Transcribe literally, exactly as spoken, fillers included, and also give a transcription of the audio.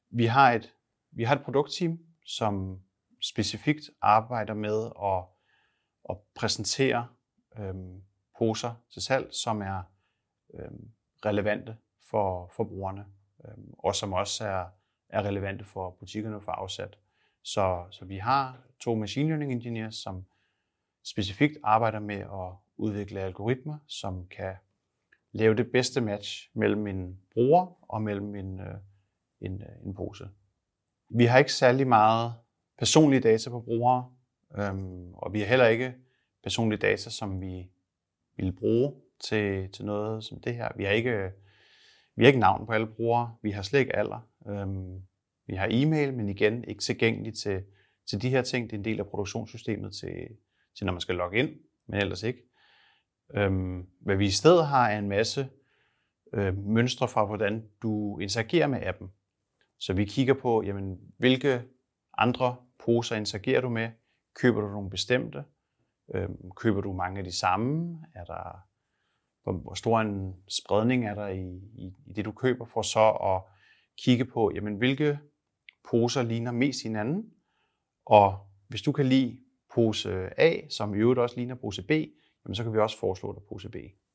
Vi har et, vi har et produktteam, som specifikt arbejder med at, at præsentere øhm, poser til salg, som er øhm, relevante for forbrugerne, øhm, og som også er, er relevante for butikkerne at få afsat. Så, så vi har to machine learning engineers, som specifikt arbejder med at udvikle algoritmer, som kan lave det bedste match mellem en bruger og mellem en, en, en pose. Vi har ikke særlig meget personlige data på brugere, øhm, og vi har heller ikke personlige data, som vi vil bruge til, til noget som det her. Vi har ikke, vi har ikke navn på alle brugere, vi har slet ikke alder. Øhm, vi har e-mail, men igen ikke tilgængelig til, til de her ting. Det er en del af produktionssystemet til, til når man skal logge ind, men ellers ikke. Øhm, hvad vi i stedet har er en masse øh, mønstre fra, hvordan du interagerer med appen. Så vi kigger på, jamen, hvilke andre poser interagerer du med? Køber du nogle bestemte? Øhm, køber du mange af de samme? Er der, hvor, hvor stor en spredning er der i, i, i det, du køber, for så at kigge på, jamen, hvilke poser ligner mest hinanden? Og hvis du kan lide pose A, som i øvrigt også ligner pose B, jamen, så kan vi også foreslå dig pose B.